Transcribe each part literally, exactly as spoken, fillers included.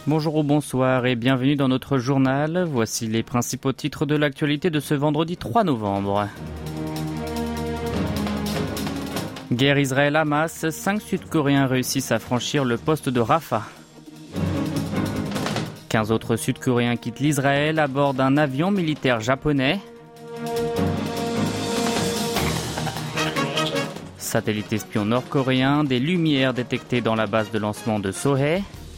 Bonjour ou bonsoir et bienvenue dans notre journal. Voici les principaux titres de l'actualité de ce vendredi trois novembre. Guerre Israël-Hamas, cinq Sud-Coréens réussissent à franchir le poste de Rafah. quinze autres Sud-Coréens quittent l'Israël à bord d'un avion militaire japonais. Satellite espion nord-coréen, des lumières détectées dans la base de lancement de Sohae.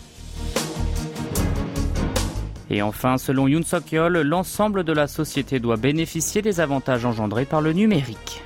Et enfin, selon Yoon Suk-yeol, l'ensemble de la société doit bénéficier des avantages engendrés par le numérique.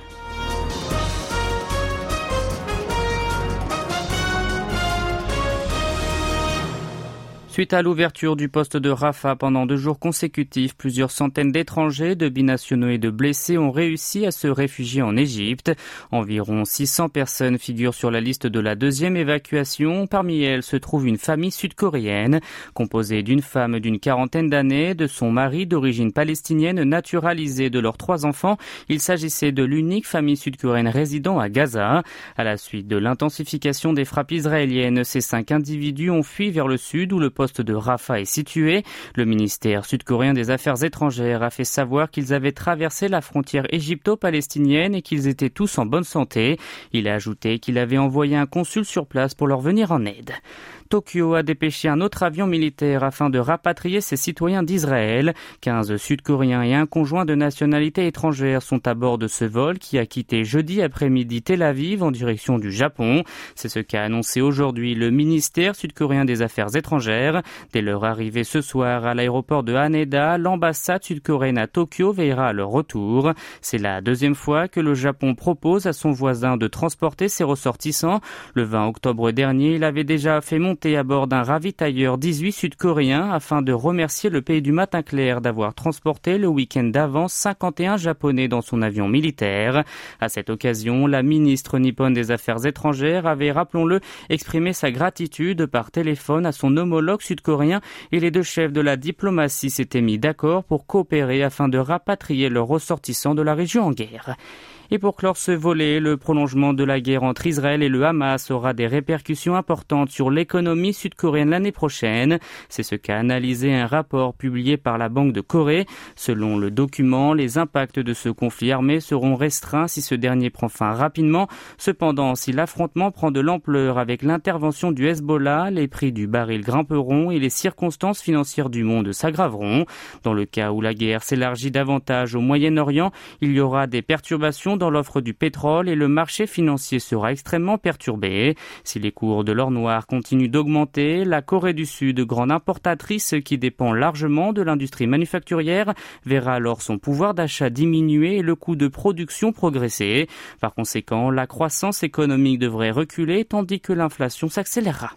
Suite à l'ouverture du poste de Rafah pendant deux jours consécutifs, plusieurs centaines d'étrangers, de binationaux et de blessés ont réussi à se réfugier en Égypte. Environ six cents personnes figurent sur la liste de la deuxième évacuation. Parmi elles se trouve une famille sud-coréenne, composée d'une femme d'une quarantaine d'années, de son mari d'origine palestinienne naturalisé, de leurs trois enfants. Il s'agissait de l'unique famille sud-coréenne résidant à Gaza. À la suite de l'intensification des frappes israéliennes, ces cinq individus ont fui vers le sud où le poste de Rafah est situé. Le ministère sud-coréen des Affaires étrangères a fait savoir qu'ils avaient traversé la frontière égypto-palestinienne et qu'ils étaient tous en bonne santé. Il a ajouté qu'il avait envoyé un consul sur place pour leur venir en aide. Tokyo a dépêché un autre avion militaire afin de rapatrier ses citoyens d'Israël. quinze Sud-Coréens et un conjoint de nationalité étrangère sont à bord de ce vol qui a quitté jeudi après-midi Tel Aviv en direction du Japon. C'est ce qu'a annoncé aujourd'hui le ministère sud-coréen des Affaires étrangères. Dès leur arrivée ce soir à l'aéroport de Haneda, l'ambassade sud-coréenne à Tokyo veillera à leur retour. C'est la deuxième fois que le Japon propose à son voisin de transporter ses ressortissants. Le vingt octobre dernier, il avait déjà fait monter à bord d'un ravitailleur dix-huit Sud-Coréens afin de remercier le pays du matin clair d'avoir transporté le week-end d'avant cinquante et un Japonais dans son avion militaire. À cette occasion, la ministre nippone des Affaires étrangères avait, rappelons-le, exprimé sa gratitude par téléphone à son homologue sud-coréen et les deux chefs de la diplomatie s'étaient mis d'accord pour coopérer afin de rapatrier leurs ressortissants de la région en guerre. Et pour clore ce volet, le prolongement de la guerre entre Israël et le Hamas aura des répercussions importantes sur l'économie sud-coréenne l'année prochaine. C'est ce qu'a analysé un rapport publié par la Banque de Corée. Selon le document, les impacts de ce conflit armé seront restreints si ce dernier prend fin rapidement. Cependant, si l'affrontement prend de l'ampleur avec l'intervention du Hezbollah, les prix du baril grimperont et les circonstances financières du monde s'aggraveront. Dans le cas où la guerre s'élargit davantage au Moyen-Orient, il y aura des perturbations dans l'offre du pétrole et le marché financier sera extrêmement perturbé. Si les cours de l'or noir continuent d'augmenter, la Corée du Sud, grande importatrice qui dépend largement de l'industrie manufacturière, verra alors son pouvoir d'achat diminuer et le coût de production progresser. Par conséquent, la croissance économique devrait reculer tandis que l'inflation s'accélérera.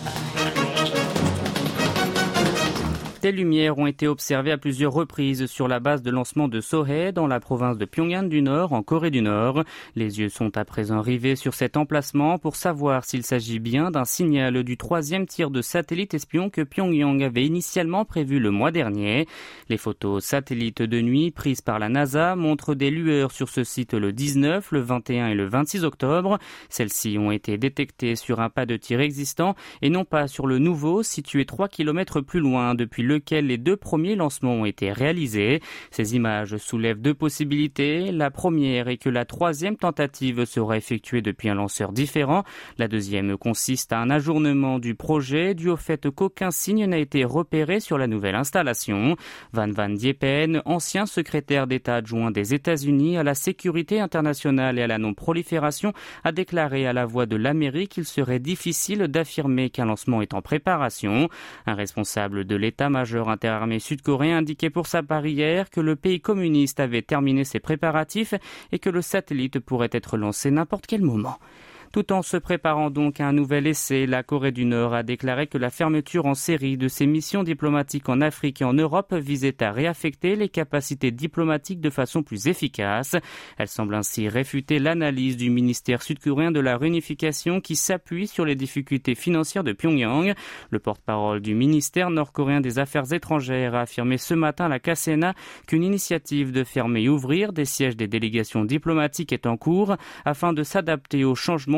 Des lumières ont été observées à plusieurs reprises sur la base de lancement de Sohae dans la province de Pyongyang du Nord, en Corée du Nord. Les yeux sont à présent rivés sur cet emplacement pour savoir s'il s'agit bien d'un signal du troisième tir de satellite espion que Pyongyang avait initialement prévu le mois dernier. Les photos satellites de nuit prises par la NASA montrent des lueurs sur ce site le dix-neuf, le vingt et un et le vingt-six octobre. Celles-ci ont été détectées sur un pas de tir existant et non pas sur le nouveau, situé trois kilomètres plus loin depuis le lequel les deux premiers lancements ont été réalisés. Ces images soulèvent deux possibilités. La première est que la troisième tentative sera effectuée depuis un lanceur différent. La deuxième consiste à un ajournement du projet dû au fait qu'aucun signe n'a été repéré sur la nouvelle installation. Van Van Diepen, ancien secrétaire d'État adjoint des États-Unis à la sécurité internationale et à la non-prolifération, a déclaré à la Voix de l'Amérique qu'il serait difficile d'affirmer qu'un lancement est en préparation. Un responsable de l'état-major interarmée sud-coréen indiquait pour sa part hier que le pays communiste avait terminé ses préparatifs et que le satellite pourrait être lancé n'importe quel moment. Tout en se préparant donc à un nouvel essai, la Corée du Nord a déclaré que la fermeture en série de ses missions diplomatiques en Afrique et en Europe visait à réaffecter les capacités diplomatiques de façon plus efficace. Elle semble ainsi réfuter l'analyse du ministère sud-coréen de la réunification qui s'appuie sur les difficultés financières de Pyongyang. Le porte-parole du ministère nord-coréen des Affaires étrangères a affirmé ce matin à la K C N A qu'une initiative de fermer et ouvrir des sièges des délégations diplomatiques est en cours afin de s'adapter aux changements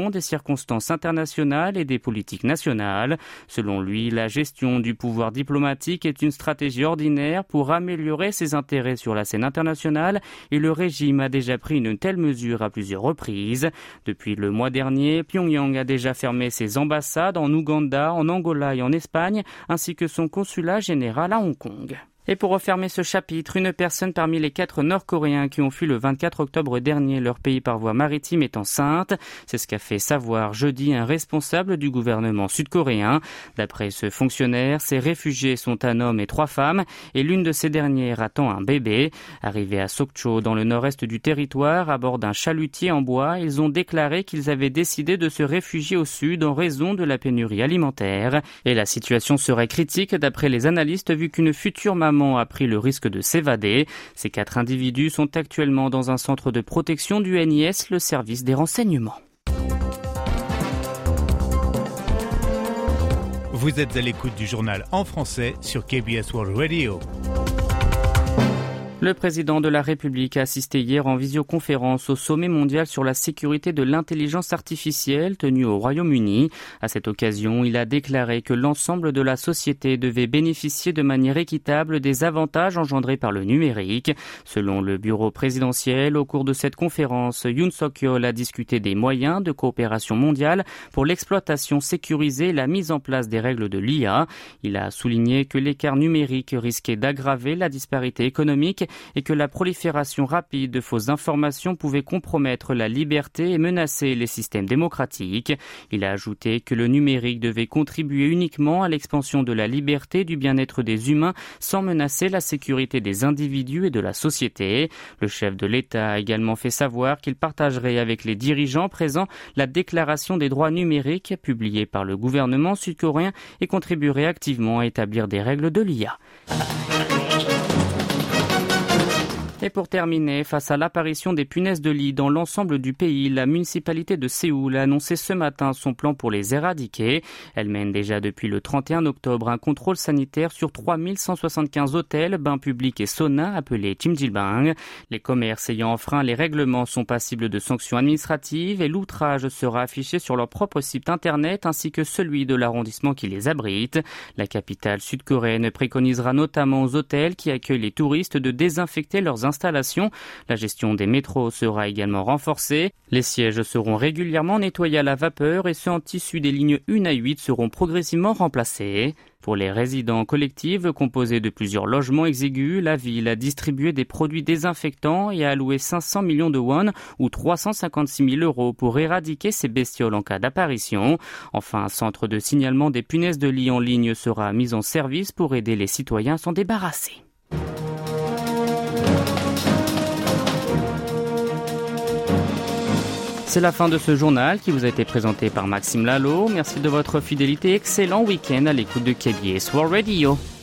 tension des circonstances internationales et des politiques nationales. Selon lui, la gestion du pouvoir diplomatique est une stratégie ordinaire pour améliorer ses intérêts sur la scène internationale et le régime a déjà pris une telle mesure à plusieurs reprises. Depuis le mois dernier, Pyongyang a déjà fermé ses ambassades en Ouganda, en Angola et en Espagne, ainsi que son consulat général à Hong Kong. Et pour refermer ce chapitre, une personne parmi les quatre Nord-Coréens qui ont fui le vingt-quatre octobre dernier leur pays par voie maritime est enceinte. C'est ce qu'a fait savoir jeudi un responsable du gouvernement sud-coréen. D'après ce fonctionnaire, ces réfugiés sont un homme et trois femmes et l'une de ces dernières attend un bébé. Arrivés à Sokcho, dans le nord-est du territoire, à bord d'un chalutier en bois, ils ont déclaré qu'ils avaient décidé de se réfugier au sud en raison de la pénurie alimentaire. Et la situation serait critique d'après les analystes vu qu'une future maman a pris le risque de s'évader. Ces quatre individus sont actuellement dans un centre de protection du N I S, le service des renseignements. Vous êtes à l'écoute du journal en français sur K B S World Radio. Le président de la République a assisté hier en visioconférence au sommet mondial sur la sécurité de l'intelligence artificielle tenu au Royaume-Uni. À cette occasion, il a déclaré que l'ensemble de la société devait bénéficier de manière équitable des avantages engendrés par le numérique. Selon le bureau présidentiel, au cours de cette conférence, Yoon Suk-yeol a discuté des moyens de coopération mondiale pour l'exploitation sécurisée et la mise en place des règles de l'I A. Il a souligné que l'écart numérique risquait d'aggraver la disparité économique et que la prolifération rapide de fausses informations pouvait compromettre la liberté et menacer les systèmes démocratiques. Il a ajouté que le numérique devait contribuer uniquement à l'expansion de la liberté et du bien-être des humains sans menacer la sécurité des individus et de la société. Le chef de l'État a également fait savoir qu'il partagerait avec les dirigeants présents la déclaration des droits numériques publiée par le gouvernement sud-coréen et contribuerait activement à établir des règles de l'I A. Et pour terminer, face à l'apparition des punaises de lit dans l'ensemble du pays, la municipalité de Séoul a annoncé ce matin son plan pour les éradiquer. Elle mène déjà depuis le trente et un octobre un contrôle sanitaire sur trois mille cent soixante-quinze hôtels, bains publics et saunas appelés Chimjilbang. Les commerces ayant enfreint les règlements sont passibles de sanctions administratives et l'outrage sera affiché sur leur propre site internet ainsi que celui de l'arrondissement qui les abrite. La capitale sud-coréenne préconisera notamment aux hôtels qui accueillent les touristes de désinfecter leurs installations. La gestion des métros sera également renforcée. Les sièges seront régulièrement nettoyés à la vapeur et ceux en tissu des lignes un à huit seront progressivement remplacés. Pour les résidents collectifs composés de plusieurs logements exigus, la ville a distribué des produits désinfectants et a alloué cinq cents millions de won ou trois cent cinquante-six mille euros pour éradiquer ces bestioles en cas d'apparition. Enfin, un centre de signalement des punaises de lit en ligne sera mis en service pour aider les citoyens à s'en débarrasser. C'est la fin de ce journal qui vous a été présenté par Maxime Lalo. Merci de votre fidélité. Excellent week-end à l'écoute de K B S World Radio.